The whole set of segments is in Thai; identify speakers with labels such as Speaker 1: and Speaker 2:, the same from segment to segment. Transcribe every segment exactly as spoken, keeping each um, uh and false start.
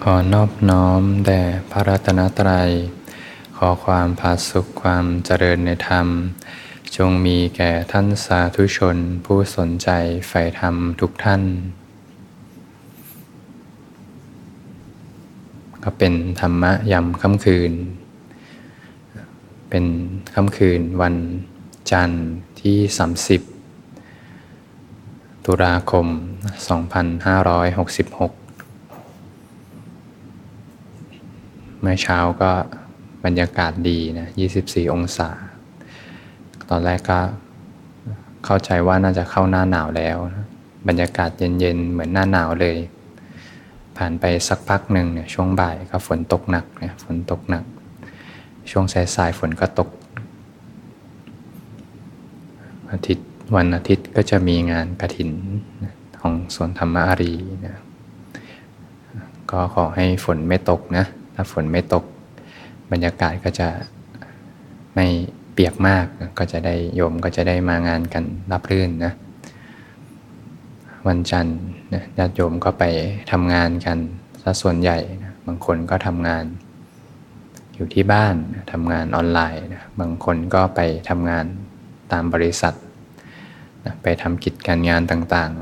Speaker 1: อนอบน้อมแด่พระรัตนตรัยขอความผาสุขความเจริญในธรรมจงมีแก่ท่านสาธุชนผู้สนใจใฝ่ธรรมทุกท่านก็เป็นธรรมะยามค่ำคืนเป็นค่ำคืนวันจันทร์ที่สามสิบตุลาคมสองพันห้าร้อยหกสิบหกเมื่อเช้าก็บรรยากาศดีนะยี่สิบสี่องศาตอนแรกก็เข้าใจว่าน่าจะเข้าหน้าหนาวแล้วนะบรรยากาศเย็นๆเหมือนหน้าหนาวเลยผ่านไปสักพักหนึ่งเนี่ยช่วงบ่ายก็ฝนตกหนักเนี่ยฝนตกหนักช่วงสายๆฝนก็ตกอาทิตย์วันอาทิตย์ก็จะมีงานกฐินของสวนธรรมอารีนะก็ขอให้ฝนไม่ตกนะถ้าฝนไม่ตกบรรยากาศก็จะไม่เปียกมากนะก็จะได้โยมก็จะได้มางานกันราบรื่นนะวันจันทร์นะญาติโยมก็ไปทำงานกันซะส่วนใหญ่นะบางคนก็ทำงานอยู่ที่บ้านนะทำงานออนไลน์นะบางคนก็ไปทำงานตามบริษัทนะไปทำกิจการงานต่าง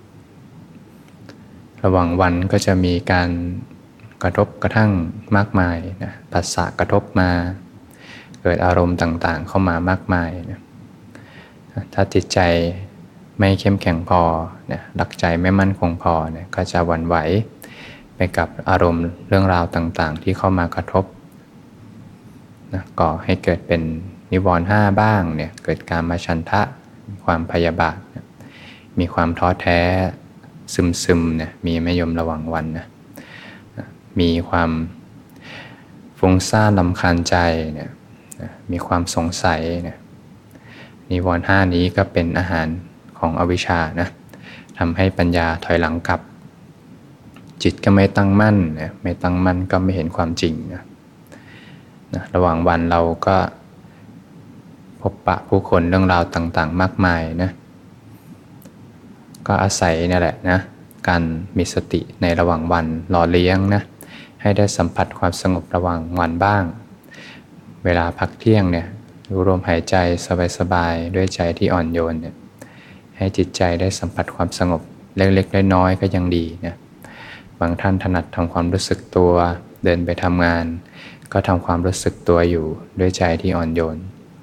Speaker 1: ๆระหว่างวันก็จะมีการกระทบกระทั่งมากมายนะผัสสะกระทบมาเกิดอารมณ์ต่างๆเข้ามามากมายนะถ้าจิตใจไม่เข้มแข็งพอนะหลักใจไม่มั่นคงพอนะก็จะหวั่นไหวไปกับอารมณ์เรื่องราวต่างๆที่เข้ามากระทบนะก่อให้เกิดเป็นนิวรณ์ห้าบ้างเนี่ยเกิดกามฉันทะความพยาบาทนะมีความท้อแท้ซึมๆเนี่ยมีไม่ยมระหว่างวันนะมีความฟุ้งซ่านรำคาญใจเนี่ยมีความสงสัยเนี่ยนิวรณ์ห้านี้ก็เป็นอาหารของอวิชชานะทำให้ปัญญาถอยหลังกลับจิตก็ไม่ตั้งมั่นนะไม่ตั้งมั่นก็ไม่เห็นความจริงนะนะระหว่างวันเราก็พบปะผู้คนเรื่องราวต่างๆมากมายนะก็อาศัยนี่แหละนะการมีสติในระหว่างวันหล่อเลี้ยงนะให้ได้สัมผัสความสงบระหว่างวันบ้างเวลาพักเที่ยงเนี่ยรู้ลมหายใจสบายๆด้วยใจที่อ่อนโยนเนี่ยให้จิตใจได้สัมผัสความสงบเล็กๆน้อยๆก็ยังดีนะบางท่านถนัดทำความรู้สึกตัวเดินไปทำงานก็ทำความรู้สึกตัวอยู่ด้วยใจที่อ่อนโยน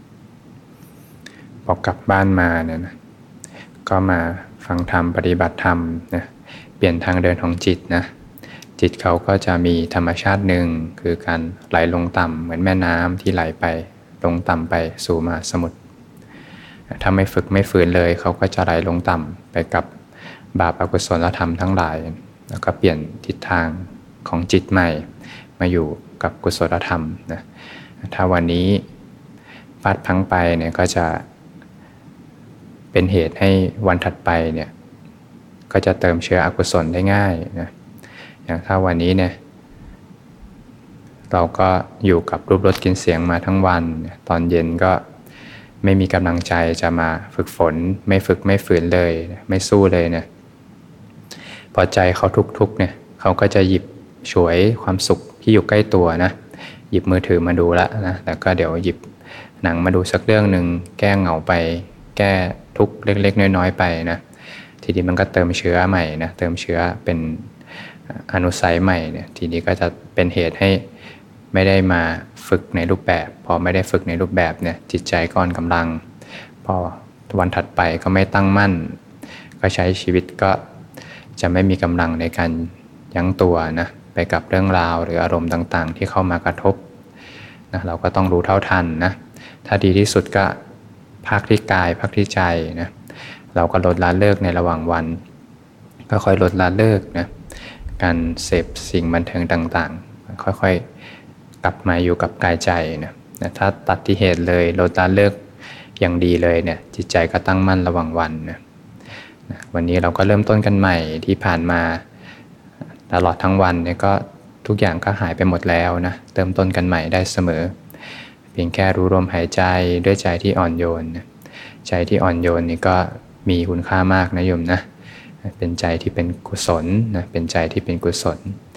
Speaker 1: พอกลับบ้านมาเนี่ยนะก็มาฟังธรรมปฏิบัติธรรมนะเปลี่ยนทางเดินของจิตนะจิตเขาก็จะมีธรรมชาติหนึ่งคือการไหลลงต่ำเหมือนแม่น้ำที่ไหลไปลงต่ำไปสู่มหาสมุทรถ้าไม่ฝึกไม่ฝืนเลยเขาก็จะไหลลงต่ำไปกับบาปอกุศลธรรมทั้งหลายแล้วก็เปลี่ยนทิศทางของจิตใหม่มาอยู่กับกุศลธรรมนะถ้าวันนี้พลาดพลั้งไปเนี่ยก็จะเป็นเหตุให้วันถัดไปเนี่ยก็จะเติมเชื้ออกุศลได้ง่ายนะอย่างถ้าวันนี้เนี่ยเราก็อยู่กับรูปรสกลิ่นเสียงมาทั้งวันตอนเย็นก็ไม่มีกำลังใจจะมาฝึกฝนไม่ฝึกไม่ฝืนเลยไม่สู้เลยเนี่ยพอใจเขาทุกๆเนี่ยเขาก็จะหยิบฉวยความสุขที่อยู่ใกล้ตัวนะหยิบมือถือมาดูละนะแล้วก็เดี๋ยวหยิบหนังมาดูสักเรื่องหนึ่งแก้เหงาไปแก้ทุกข์เล็กๆน้อยๆไปนะทีนี้มันก็เติมเชื้อใหม่นะเติมเชื้อเป็นอนุสัยใหม่เนี่ยทีนี้ก็จะเป็นเหตุให้ไม่ได้มาฝึกในรูปแบบพอไม่ได้ฝึกในรูปแบบเนี่ยจิตใจก็อ่อนกำลังพอวันถัดไปก็ไม่ตั้งมั่นก็ใช้ชีวิตก็จะไม่มีกำลังในการยั้งตัวนะไปกับเรื่องราวหรืออารมณ์ต่างๆที่เข้ามากระทบนะเราก็ต้องรู้เท่าทันนะถ้าดีที่สุดก็พักที่กายพักที่ใจนะเราก็ลดละเลิกในระหว่างวันก็ค่อยลดละเลิกนะการเสพสิ่งบันเทิงต่างๆค่อยๆกลับมาอยู่กับกายใจนะถ้าตัดที่เหตุเลยลดละเลิกอย่างดีเลยเนี่ยจิตใจก็ตั้งมั่นระหว่างวันนะวันนี้เราก็เริ่มต้นกันใหม่ที่ผ่านมาตลอดทั้งวันเนี่ยก็ทุกอย่างก็หายไปหมดแล้วนะเริ่มต้นกันใหม่ได้เสมอเพียงแค่รู้ลมหายใจด้วยใจที่อ่อนโยนนะใจที่อ่อนโยนนี่ก็มีคุณค่ามากนะโยมนะเป็นใจที่เป็นกุศลนะเป็นใจที่เป็นกุศล แ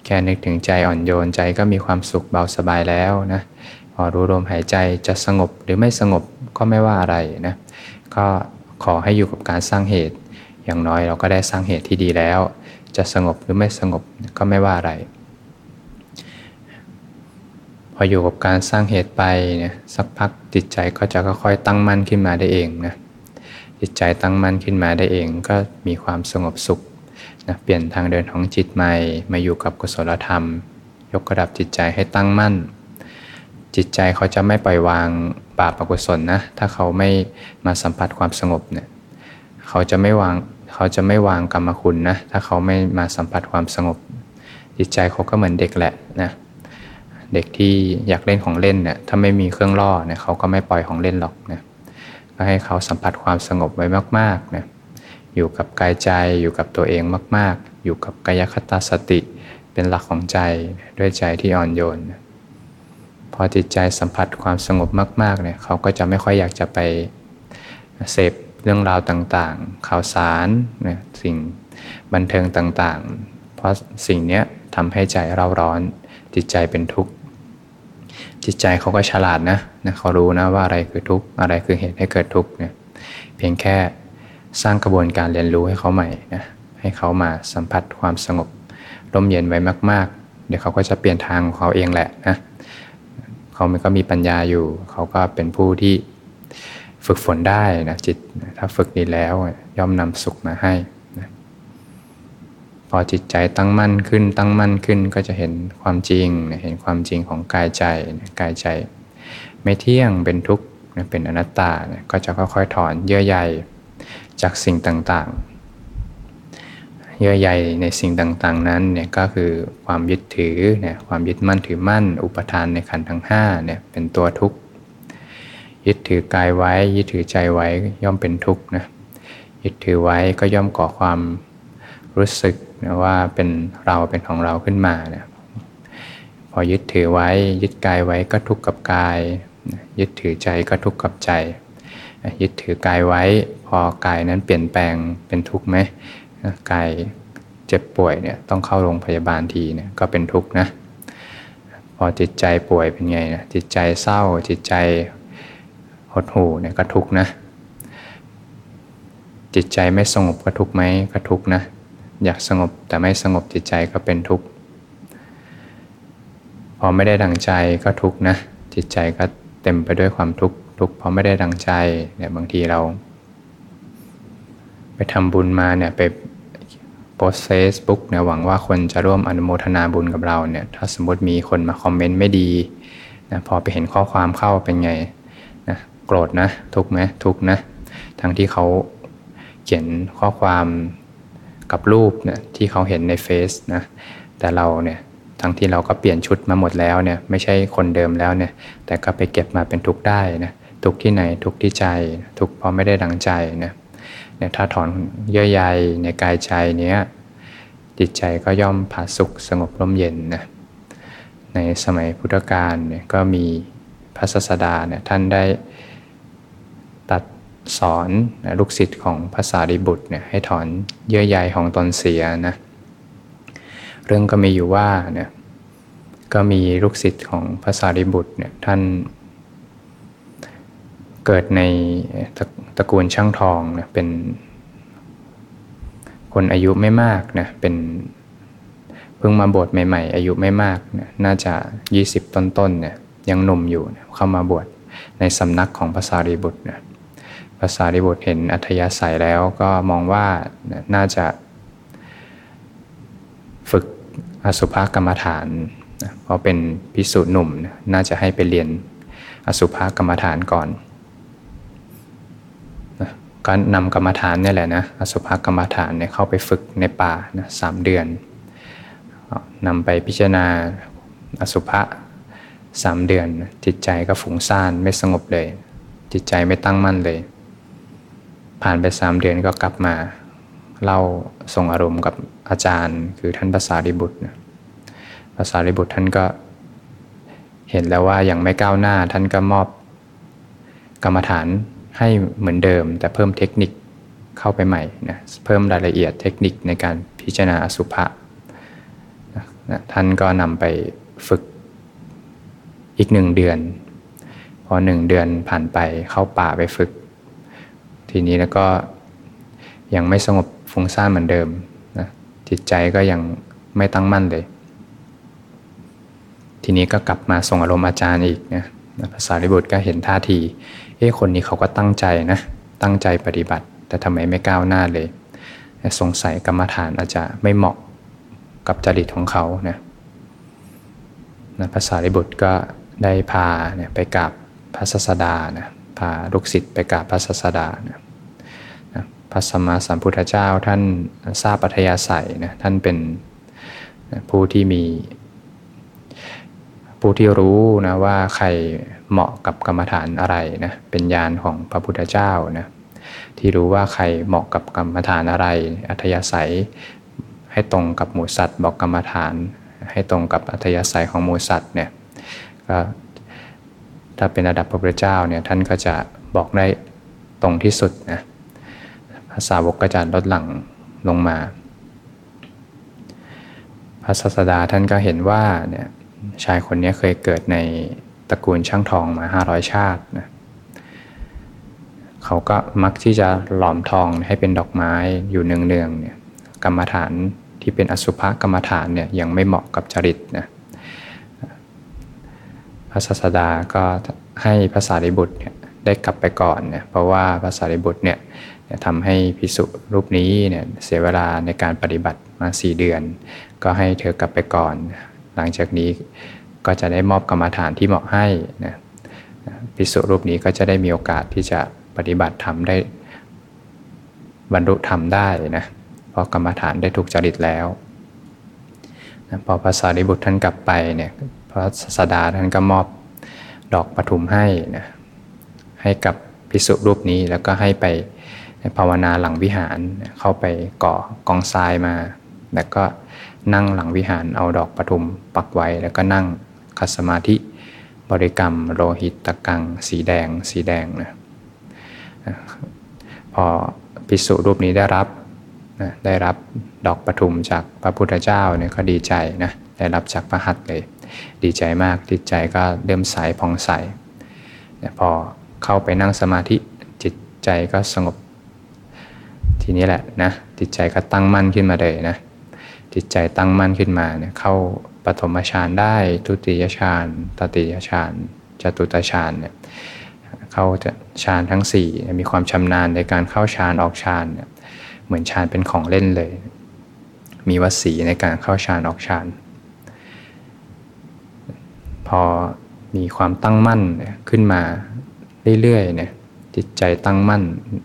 Speaker 1: ค่นึกถึงใจอ่อนโยนใจก็มีความสุขเบาสบายแล้วนะพอรู้ลมหายใจจะสงบหรือไม่สงบก็ไม่ว่าอะไรนะก็ขอให้อยู่กับการสร้างเหตุอย่างน้อยเราก็ได้สร้างเหตุที่ดีแล้วจะสงบหรือไม่สงบก็ไม่ว่าอะไรพออยู่กับการสร้างเหตุไปเนี่ยสักพักจิตใจก็จะค่อยๆตั้งมั่นขึ้นมาได้เองนะจิตใจตั้งมั่นขึ้นมาได้เองก็มีความสงบสุขนะเปลี่ยนทางเดินของจิตใหม่มาอยู่กับกุศลธรรมยกระดับจิตใจให้ตั้งมั่นจิตใจเขาจะไม่ปล่อยวางบาปอกุศลนะถ้าเขาไม่มาสัมผัสความสงบเนี่ยเขาจะไม่วางเขาจะไม่วางกรรมคุณนะถ้าเขาไม่มาสัมผัสความสงบจิตใจเขาก็เหมือนเด็กแหละนะเด็กที่อยากเล่นของเล่นเนี่ยถ้าไม่มีเครื่องล่อเนี่ยเขาก็ไม่ปล่อยของเล่นหรอกนะก็ให้เขาสัมผัสความสงบไว้มากๆนะอยู่กับกายใจอยู่กับตัวเองมากๆอยู่กับกายคตาสติเป็นหลักของใจด้วยใจที่อ่อนโยนพอจิตใจสัมผัสความสงบมากๆเนี่ยเขาก็จะไม่ค่อยอยากจะไปเสพเรื่องราวต่างๆข่าวสารนะสิ่งบันเทิงต่างๆเพราะสิ่งนี้ทำให้ใจเร่าร้อนจิตใจเป็นทุกข์จิตใจเขาก็ฉลาดนะนะเขารู้นะว่าอะไรคือทุกข์อะไรคือเหตุให้เกิดทุกข์เนี่ยเพียงแค่สร้างกระบวนการเรียนรู้ให้เขาใหม่นะให้เขามาสัมผัสความสงบร่มเย็นไว้มากๆเดี๋ยวเขาก็จะเปลี่ยนทางของเขาเองแหละนะเขาก็มีปัญญาอยู่เขาก็เป็นผู้ที่ฝึกฝนได้นะจิตถ้าฝึกดีแล้วย่อมนำสุขมาให้นะพอจิตใจตั้งมั่นขึ้นตั้งมั่นขึ้นก็จะเห็นความจริงเห็นความจริงของกายใจกายใจไม่เที่ยงเป็นทุกข์เป็นอนัตตาก็จะค่อยๆถอนเยื่อใยจากสิ่งต่างๆเยื่อใยในสิ่งต่างๆนั้นเนี่ยก็คือความยึดถือเนี่ยความยึดมั่นถือมั่นอุปทานในขันธ์ทั้งห้าเนี่ยเป็นตัวทุกข์ยึดถือกายไว้ยึดถือใจไว้ย่อมเป็นทุกข์นะยึดถือไว้ก็ย่อมก่อความรู้สึกนะว่าเป็นเราเป็นของเราขึ้นมานะพอยึดถือไว้ยึดกายไว้ก็ทุกข์กับกายยึดถือใจก็ทุกข์กับใจยึดถือกายไว้พอกายนั้นเปลี่ยนแปลงเป็นทุกข์ไหมกายเจ็บป่วยเนี่ยต้องเข้าโรงพยาบาลทีเนี่ยก็เป็นทุกข์นะพอจิตใจป่วยเป็นไงนะจิตใจเศร้าจิตใจหดหู่เนี่ยก็ทุกข์นะจิตใจไม่สงบก็ทุกข์ไหมก็ทุกข์นะอยากสงบแต่ไม่สงบจิตใจก็เป็นทุกข์พอไม่ได้ดังใจก็ทุกข์นะจิตใจก็เต็มไปด้วยความทุกข์ทุกข์เพราะไม่ได้ดังใจเนี่ยบางทีเราไปทำบุญมาเนี่ยไปโพสเฟซบุ๊กเนี่ยหวังว่าคนจะร่วมอนุโมทนาบุญกับเราเนี่ยถ้าสมมติมีคนมาคอมเมนต์ไม่ดีนะพอไปเห็นข้อความเข้าเป็นไงนะโกรธนะทุกข์ไหมทุกข์นะทั้งที่เขาเขียนข้อความกับรูปเนี่ยที่เขาเห็นในเฟซนะแต่เราเนี่ยทั้งที่เราก็เปลี่ยนชุดมาหมดแล้วเนี่ยไม่ใช่คนเดิมแล้วเนี่ยแต่ก็ไปเก็บมาเป็นทุกข์ได้นะทุกข์ที่ไหนทุกข์ที่ใจทุกข์เพราะไม่ได้ดังใจนะเนี่ยถ้าถอนเยื่อใยในกายใจเนี้ยจิตใจก็ย่อมผาสุกสงบร่มเย็นนะในสมัยพุทธกาลเนี่ยก็มีพระศาสดาเนี่ยท่านได้ตัดสอนนะลูกศิษย์ของพระสารีบุตรเนี่ยให้ถอนเยื่อใยของตนเสียนะเรื่องก็มีอยู่ว่าเนี่ยก็มีลูกศิษย์ของพระสารีบุตรเนี่ยท่านเกิดในตระกูลช่างทองนะเป็นคนอายุไม่มากนะเป็นเพิ่งมาบวชใหม่ๆอายุไม่มากนะน่าจะยี่สิบต้นๆเนี่ยยังหนุ่มอยู่นะเข้ามาบวชในสำนักของพระสารีบุตรนะพระสารีบุตรเห็นอัธยาศัยแล้วก็มองว่าน่าจะฝึกอสุภกรรมฐานนะเพราะเป็นภิกษุหนุ่มนะน่าจะให้ไปเรียนอสุภกรรมฐานก่อนนะก็นำกรรมฐานนี่แหละนะอสุภกรรมฐานเนี่ยเข้าไปฝึกในป่านะสามเดือนนำไปพิจารณาอสุภะสามเดือนจิตใจก็ฟุ้งซ่านไม่สงบเลยจิตใจไม่ตั้งมั่นเลยผ่านไปสามเดือนก็กลับมาเล่าส่งอารมณ์กับอาจารย์คือท่านพระสารีบุตรนะพระสารีบุตรท่านก็เห็นแล้วว่ายังไม่ก้าวหน้าท่านก็มอบกรรมฐานให้เหมือนเดิมแต่เพิ่มเทคนิคเข้าไปใหม่นะเพิ่มรายละเอียดเทคนิคในการพิจารณาอสุภะนะนะท่านก็นำไปฝึกอีกหนึ่งเดือนพอหนึ่งเดือนผ่านไปเข้าป่าไปฝึกทีนี้แล้วก็ยังไม่สงบฟุ้งซ่านเหมือนเดิมนะจิตใจก็ยังไม่ตั้งมั่นเลยทีนี้ก็กลับมาส่งอารมณ์อาจารย์อีกนะภาษาริบุตรก็เห็นท่าทีเอ๊ะคนนี้เขาก็ตั้งใจนะตั้งใจปฏิบัติแต่ทำไมไม่ก้าวหน้าเลยสงสัยกรรมฐานอาจจะไม่เหมาะกับจริตของเขานะนะภาษาริบุตรก็ได้พาเนี่ยไปกราบพระศาสดานะพาลูกศิษย์ไปกราบพระศาสดานะนะพระสัมมาสัมพุทธเจ้าท่านทราบอัธยาศัยนะท่านเป็นนะผู้ที่มีผู้ที่รู้นะว่าใครเหมาะกับกรรมฐานอะไรนะเป็นญาณของพระพุทธเจ้านะที่รู้ว่าใครเหมาะกับกรรมฐานอะไรอัธยาศัยให้ตรงกับหมู่สัตว์บอกกรรมฐานให้ตรงกับอัธยาศัยของหมู่สัตว์เนี่ยก็ถ้าเป็นระดับพระพุทธเจ้าเนี่ยท่านก็จะบอกได้ตรงที่สุดนะภาษาวกก็จะลดหลั่งลงมาพระศาสดาท่านก็เห็นว่าเนี่ยชายคนนี้เคยเกิดในตระกูลช่างทองมาห้าร้อยชาตินะเขาก็มักที่จะหลอมทองให้เป็นดอกไม้อยู่เนืองๆเนี่ยกรรมฐานที่เป็นอสุภกรรมฐานเนี่ยยังไม่เหมาะกับจริตนะพระศาสดาก็ให้พระสารีบุตรเนี่ยได้กลับไปก่อนเนี่ยเพราะว่าพระสารีบุตรเนี่ยทำให้ภิกษุรูปนี้เนี่ยเสียเวลาในการปฏิบัติมาสี่เดือนก็ให้เธอกลับไปก่อนหลังจากนี้ก็จะได้มอบกรรมฐานที่เหมาะให้นะภิกษุรูปนี้ก็จะได้มีโอกาสที่จะปฏิบัติธรรมได้บรรลุธรรมได้นะเพราะกรรมฐานได้ถูกจริตแล้วนะพอพระสารีบุตรท่านกลับไปเนี่ยพระศาสดาท่านก็มอบดอกปทุมให้นะให้กับภิกษุรูปนี้แล้วก็ให้ไปภาวนาหลังวิหารเข้าไปก่อกองทรายมาแล้วก็นั่งหลังวิหารเอาดอกปทุมปักไว้แล้วก็นั่งคัสมาธิบริกรรมโลหิตตกังสีแดงสีแดงนะพอภิกษุรูปนี้ได้รับนะได้รับดอกปทุมจากพระพุทธเจ้าเนี่ยก็ดีใจนะได้รับจากพระหัตถ์เลยดีใจมากจิตใจก็เริ่มใสผ่องใสพอเข้าไปนั่งสมาธิจิตใจก็สงบทีนี้แหละนะจิตใจก็ตั้งมั่นขึ้นมาเลยนะจิตใจตั้งมั่นขึ้นมาเนี่ยเข้าปฐมฌานได้ทุติยฌานตติยฌานจตุตฌานเนี่ยเข้าฌานทั้งสี่มีความชำนาญในการเข้าฌานออกฌานเนี่ยเหมือนฌานเป็นของเล่นเลยมีวสีในการเข้าฌานออกฌานพอมีความตั้งมั่นขึ้นมาเรื่อยๆเนี่ยจิตใจตั้งมั่น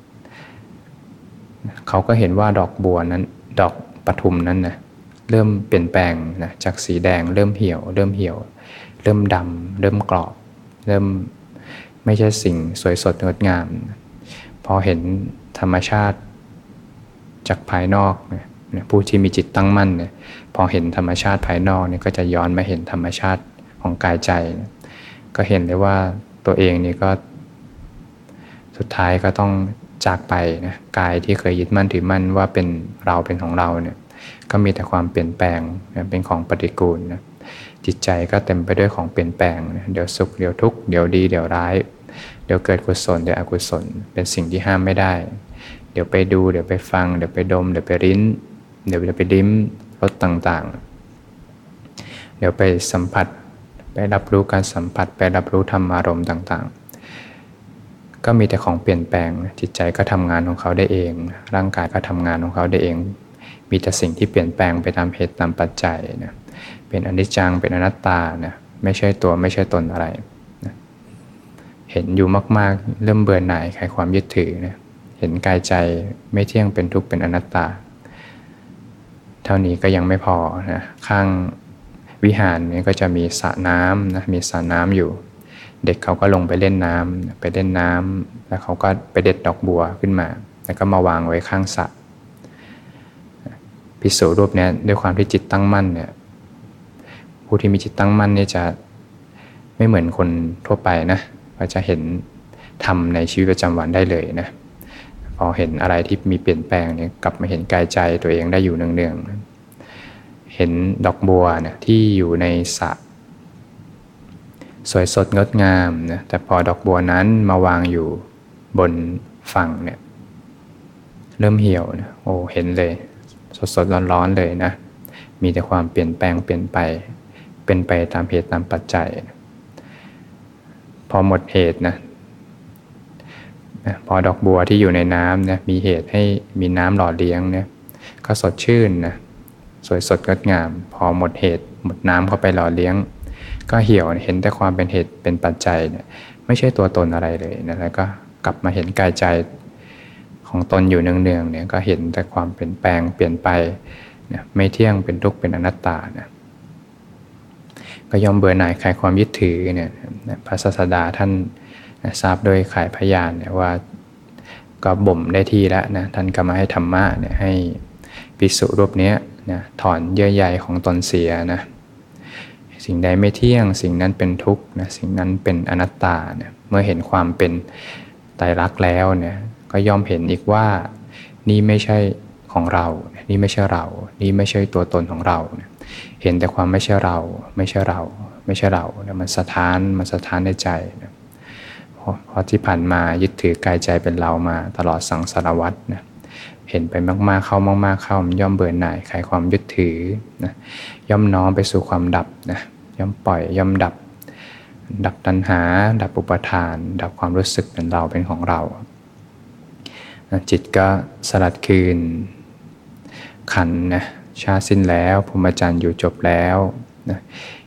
Speaker 1: เขาก็เห็นว่าดอกบัวนั้นดอกปทุมนั้นนะเริ่มเปลี่ยนแปลงนะจากสีแดงเริ่มเหี่ยวเริ่มเหี่ยวเริ่มดำเริ่มกรอบเริ่มไม่ใช่สิ่งสวยสดงดงามพอเห็นธรรมชาติจากภายนอกเนี่ยผู้ที่มีจิตตั้งมั่นเนี่ยพอเห็นธรรมชาติภายนอกเนี่ยก็จะย้อนมาเห็นธรรมชาติของกายใจเนี่ยก็เห็นได้ว่าตัวเองนี่ก็สุดท้ายก็ต้องจากไปนะกายที่เคยยึดมั่นถือมั่นว่าเป็นเราเป็นของเราเนี่ยก็มีแต่ความเปลี่ยนแปลงนะเป็นของปฏิกูลนะจิตใจก็เต็มไปด้วยของเปลี่ยนแปลงนะเดี๋ยวสุขเดี๋ยวทุกข์เดี๋ยวดีเดี๋ยวร้ายเดี๋ยวเกิดกุศลเดี๋ยวอกุศลเป็นสิ่งที่ห้ามไม่ได้เดี๋ยวไปดูเดี๋ยวไปฟังเดี๋ยวไปดมเดี๋ยวไปริ้นเดี๋ยวไปลิ้มรสต่างๆเดี๋ยวไปสัมผัสไปรับรู้การสัมผัสไปรับรู้ธรรมอารมณ์ต่างๆก็มีแต่ของเปลี่ยนแปลงจิตใจก็ทำงานของเขาได้เองร่างกายก็ทำงานของเขาได้เองมีแต่สิ่งที่เปลี่ยนแปลงไปตามเหตุตามปัจจัยนะเป็นอนิจจังเป็นอนัตตานะไม่ใช่ตัวไม่ใช่ตนอะไรนะเห็นอยู่มากๆเริ่มเบื่อหน่ายคลายความยึดถือนะเห็นกายใจไม่เที่ยงเป็นทุกข์เป็นอนัตตาเท่านี้ก็ยังไม่พอนะข้างวิหารนี้ก็จะมีสระน้ำนะมีสระน้ำอยู่เด็กเขาก็ลงไปเล่นน้ำไปเล่นน้ำแล้วเขาก็ไปเด็ดดอกบัวขึ้นมาแล้วก็มาวางไว้ข้างสระภิกษุรูปนี้ด้วยความที่จิตตั้งมั่นเนี่ยผู้ที่มีจิตตั้งมั่นนี่จะไม่เหมือนคนทั่วไปนะก็จะเห็นธรรมในชีวิตประจำวันได้เลยนะพอเห็นอะไรที่มีเปลี่ยนแปลงเนี่ยกลับมาเห็นกายใจตัวเองได้อยู่เนืองๆเห็นดอกบัวเนี่ยที่อยู่ในสระสวยสดงดงามนะแต่พอดอกบัวนั้นมาวางอยู่บนฝั่งเนี่ยเริ่มเหี่ยวนะโอ้เห็นเลยสดสดร้อนๆเลยนะมีแต่ความเปลี่ยนแปลงเปลี่ยนไปเป็นไปตามเหตุตามปัจจัยพอหมดเหตุนะพอดอกบัวที่อยู่ในน้ำเนี่ยมีเหตุให้มีน้ำหล่อเลี้ยงเนี่ยก็สดชื่นนะสวยสดงดงามพอหมดเหตุหมดน้ำเข้าไปหล่อเลี้ยงก็เหี่ยวเห็นแต่ความเป็นเหตุเป็นปัจจัยเนี่ยไม่ใช่ตัวตนอะไรเลยนะแล้วก็กลับมาเห็นกายใจของตนอยู่เนืองๆเนี่ยก็เห็นแต่ความเปลี่ยนแปลงเปลี่ยนไปเนี่ยไม่เที่ยงเป็นทุกข์เป็นอนัตตานะก็ยอมเบื่อหน่ายคลายความยึดถือเนี่ยพระศาสดาท่านทราบโดยข่ายพยานเนี่ยว่าก็บ่มได้ที่แล้วนะท่านก็มาให้ธรรมะเนี่ยให้ภิกษุรูปนี้นะถอนเยื่อใยของตนเสียนะสิ่งใดไม่เที่ยงสิ่งนั้นเป็นทุกข์นะสิ่งนั้นเป็นอนัตตาเนี่ยเมื่อเห็นความเป็นไตรลักษณ์แล้วเนี่ยก็ย่อมเห็นอีกว่านี่ไม่ใช่ของเรานี่ไม่ใช่เรานี่ไม่ใช่ตัวตนของเราเห็นแต่ความไม่ใช่เราไม่ใช่เราไม่ใช่เราเนี่ยมันสะท้านมันสะท้านในใจนะเพราะที่ผ่านมายึดถือกายใจเป็นเรามาตลอดสังสารวัฏนะเห็นไปมากๆเข้ามากๆเข้ามันย่อมเบื่อหน่ายคลายความยึดถือนะย่อมน้อมไปสู่ความดับนะย่อมปล่อยย่อมดับดับตัณหาดับอุปทานดับความรู้สึกเป็นเราเป็นของเรานะจิตก็สลัดคืนขันธ์นะชาติสิ้นแล้วพรหมจรรย์อยู่จบแล้วนะ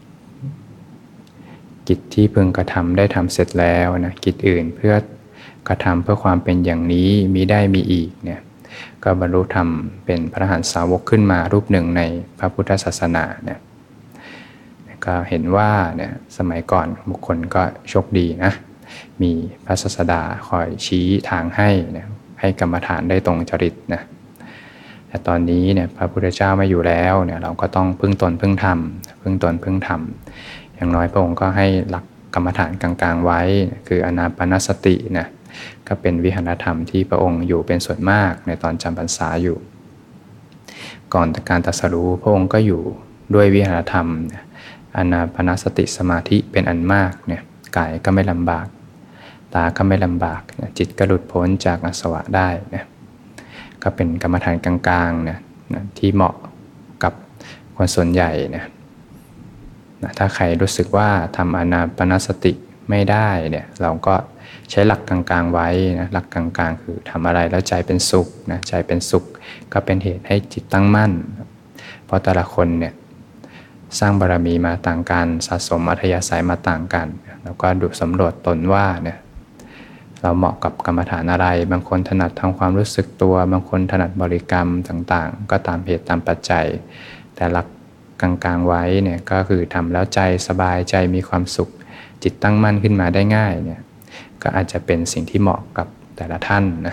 Speaker 1: กิจที่พึงกระทำได้ทำเสร็จแล้วนะกิจอื่นเพื่อกระทำเพื่อความเป็นอย่างนี้มีได้มีอีกเนี่ยก็บรรลุธรรมเป็นพระอรหันตสาวกขึ้นมารูปหนึ่งในพระพุทธศาสนาเนี่ยก็เห็นว่าเนี่ยสมัยก่อนบุคคลก็โชคดีนะมีพระศาสดาคอยชี้ทางให้เนี่ยให้กรรมฐานได้ตรงจริตนะแต่ตอนนี้เนี่ยพระพุทธเจ้าไม่อยู่แล้วเนี่ยเราก็ต้องพึ่งตนพึ่งธรรมพึ่งตนพึ่งธรรมอย่างน้อยพระองค์ก็ให้หลักกรรมฐานกลางๆไว้คืออานาปานสตินะก็เป็นวิหารธรรมที่พระองค์อยู่เป็นส่วนมากในตอนจำพรรษาอยู่ก่อนการตรัสรู้พระองค์ก็อยู่ด้วยวิหารธรรมอานาปานสติสมาธิเป็นอันมากเนี่ยกายก็ไม่ลำบากตาก็ไม่ลำบากจิตก็หลุดพ้นจากอาสวะได้นะก็เป็นกรรมฐานกลางๆนะที่เหมาะกับคนส่วนใหญ่นะถ้าใครรู้สึกว่าทำอานาปานสติไม่ได้เนี่ยเราก็ใช้หลักกลางๆไว้นะหลักกลางๆคือทำอะไรแล้วใจเป็นสุขนะใจเป็นสุขก็เป็นเหตุให้จิตตั้งมั่นเพราะแต่ละคนเนี่ยสร้างบารมีมาต่างกันสะสมอัธยาศัยมาต่างกันแล้วก็ดูสำรวจตนว่าเนี่ยเราเหมาะกับกรรมฐานอะไรบางคนถนัดทำความรู้สึกตัวบางคนถนัดบริกรรมต่างๆก็ตามเหตุตามปัจจัยแต่หลักกลางๆไว้เนี่ยก็คือทำแล้วใจสบายใจมีความสุขจิตตั้งมั่นขึ้นมาได้ง่ายเนี่ยก็อาจจะเป็นสิ่งที่เหมาะกับแต่ละท่านนะ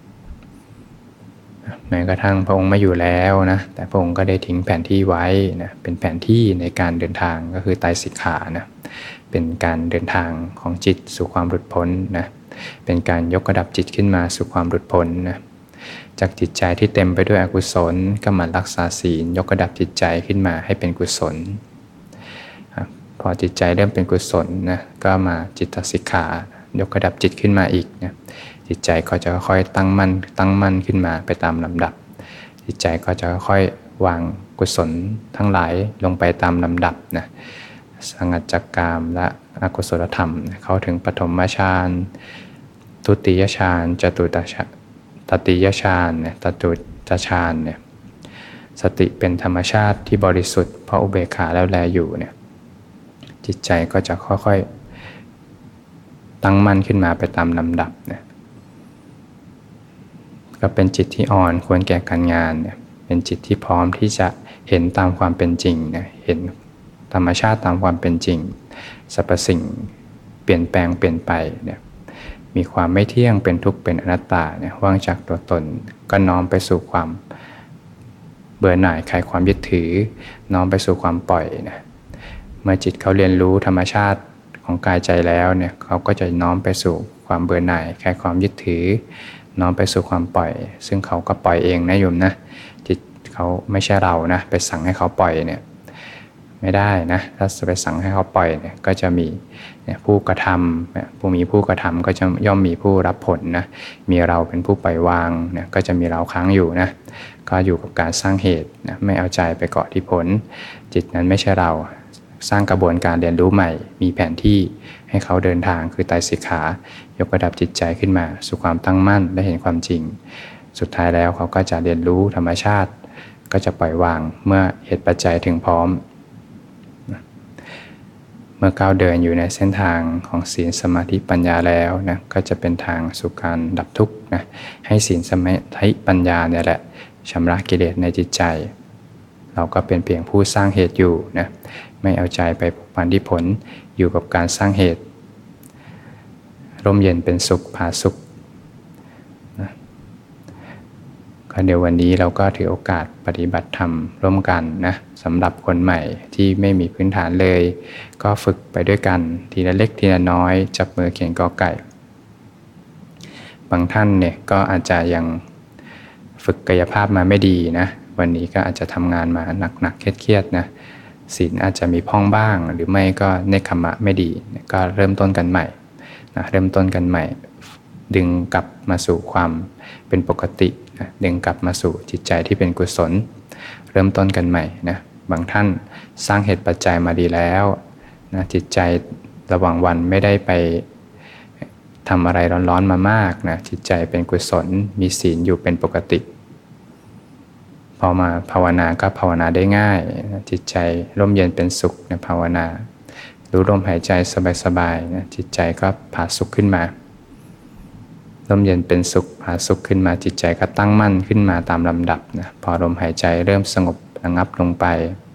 Speaker 1: แม้กระทั่งพระองค์ไม่อยู่แล้วนะแต่พระองค์ก็ได้ทิ้งแผนที่ไว้นะเป็นแผนที่ในการเดินทางก็คือไตรสิกขานะเป็นการเดินทางของจิตสู่ความหลุดพ้นนะเป็นการยกระดับจิตขึ้นมาสู่ความหลุดพ้นนะจากจิตใจที่เต็มไปด้วยอกุศลก็มารักษาศีลยกระดับจิตใจขึ้นมาให้เป็นกุศลพอจิตใจเริ่มเป็นกุศลนะก็มาจิตสิกขายกระดับจิตขึ้นมาอีกนะจิตใจก็จะค่อยตั้งมั่นตั้งมั่นขึ้นมาไปตามลำดับจิตใจก็จะค่อยวางกุศลทั้งหลายลงไปตามลำดับนะสงัดจากกามและอกุศลธรรมเข้าถึงปฐมฌานทุติยฌานจตุตฌานตติยฌานเนี่ยตตุตฌานเนี่ยสติเป็นธรรมชาติที่บริสุทธิ์เพราะอุเบกขาแล้วแลอยู่เนี่ยจิตใจก็จะค่อยๆตั้งมั่นขึ้นมาไปตามลำดับเนี่ยก็เป็นจิตที่อ่อนควรแก่การงานเนี่ยเป็นจิตที่พร้อมที่จะเห็นตามความเป็นจริงเนี่ยเห็นธรรมชาติตามความเป็นจริงสรรพสิ่งเปลี่ยนแปลงเปลี่ยนไปเนี่ยมีความไม่เที่ยงเป็นทุกข์เป็นอนัตตาเนี่ยว่างจากตัวตนก็น้อมไปสู่ความเบื่อหน่ายคลายความยึดถือน้อมไปสู่ความปล่อยนะเมื่อจิตเขาเรียนรู้ธรรมชาติของกายใจแล้วเนี่ยเขาก็จะน้อมไปสู่ความเบื่อหน่ายคลายความยึดถือน้อมไปสู่ความปล่อยซึ่งเขาก็ปล่อยเองนะโยมนะจิตเขาไม่ใช่เรานะไปสั่งให้เขาปล่อยเนี่ยไม่ได้นะถ้าจะไปสั่งให้เขาปล่อยเนี่ยก็จะมีผู้กระทำผู้มีผู้กระทำก็จะย่อมมีผู้รับผลนะมีเราเป็นผู้ปล่อยวางเนี่ยก็จะมีเราค้างอยู่นะก็อยู่กับการสร้างเหตุนะไม่เอาใจไปเกาะที่ผลจิตนั้นไม่ใช่เราสร้างกระบวนการเรียนรู้ใหม่มีแผนที่ให้เขาเดินทางคือไตรสิกขายกระดับจิตใจขึ้นมาสู่ความตั้งมั่นและเห็นความจริงสุดท้ายแล้วเขาก็จะเรียนรู้ธรรมชาติก็จะปล่อยวางเมื่อเหตุปัจจัยถึงพร้อมเมื่อก้าวเดินอยู่ในเส้นทางของศีลสมาธิปัญญาแล้วนะก็จะเป็นทางสู่การดับทุกข์นะให้ศีลสมาธิปัญญาเนี่ยแหละชำระกิเลสในจิตใจเราก็เป็นเพียงผู้สร้างเหตุอยู่นะไม่เอาใจไปผูกพันที่ผลอยู่กับการสร้างเหตุร่มเย็นเป็นสุขผาสุขนะก็เดี๋ยววันนี้เราก็ถือโอกาสปฏิบัติธรรมร่วมกันนะสำหรับคนใหม่ที่ไม่มีพื้นฐานเลยก็ฝึกไปด้วยกันทีละเล็กทีละน้อยจับมือเขียนกอไก่บางท่านเนี่ยก็อาจจะยังฝึกกายภาพมาไม่ดีนะวันนี้ก็อาจจะทำงานมาหนักๆเครียดๆนะศีลอาจจะมีพ้องบ้างหรือไม่ก็เนคขมะไม่ดีก็เริ่มต้นกันใหม่นะเริ่มต้นกันใหม่ดึงกลับมาสู่ความเป็นปกตินะดึงกลับมาสู่จิตใจที่เป็นกุศลเริ่มต้นกันใหม่นะบางท่านสร้างเหตุปัจจัยมาดีแล้วนะจิตใจระหว่างวันไม่ได้ไปทำอะไรร้อนๆมามากนะจิตใจเป็นกุศลมีศีลอยู่เป็นปกติพอมาภาวนาก็ภาวนาได้ง่ายนะจิตใจร่มเย็นเป็นสุขนะภาวนารู้ลมหายใจสบายๆนะจิตใจก็ผาสุขขึ้นมาร่มเย็นเป็นสุขผาสุขขึ้นมาจิตใจก็ตั้งมั่นขึ้นมาตามลำดับนะพอลมหายใจเริ่มสงบระงับลงไป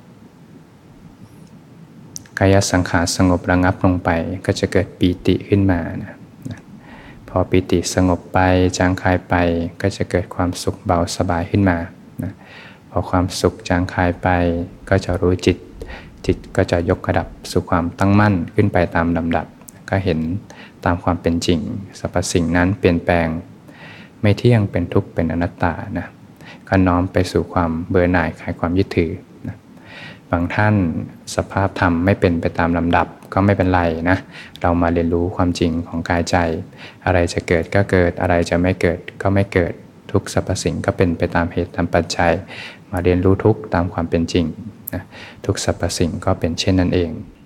Speaker 1: กายสังขารสงบระงับลงไปก็จะเกิดปีติขึ้นมานะพอปีติสงบไปจางคายไปก็จะเกิดความสุขเบาสบายขึ้นมานะพอความสุขจางคายไปก็จะรู้จิตจิตก็จะยกระดับสู่ความตั้งมั่นขึ้นไปตามลำดับก็เห็นตามความเป็นจริงสรรพสิ่งนั้นเปลี่ยนแปลงไม่เที่ยงเป็นทุกข์เป็นอนัตตานะก็น้อมไปสู่ความเบื่อหน่ายคลายความยึดถือนะบางท่านสภาพธรรมไม่เป็นไปตามลำดับก็ไม่เป็นไรนะเรามาเรียนรู้ความจริงของกายใจอะไรจะเกิดก็เกิดอะไรจะไม่เกิดก็ไม่เกิดทุกสรรพสิ่งก็เป็นไปตามเหตุตามปัจจัยมาเรียนรู้ทุกตามความเป็นจริงนะทุกสรรพสิ่งก็เป็นเช่นนั้นเอง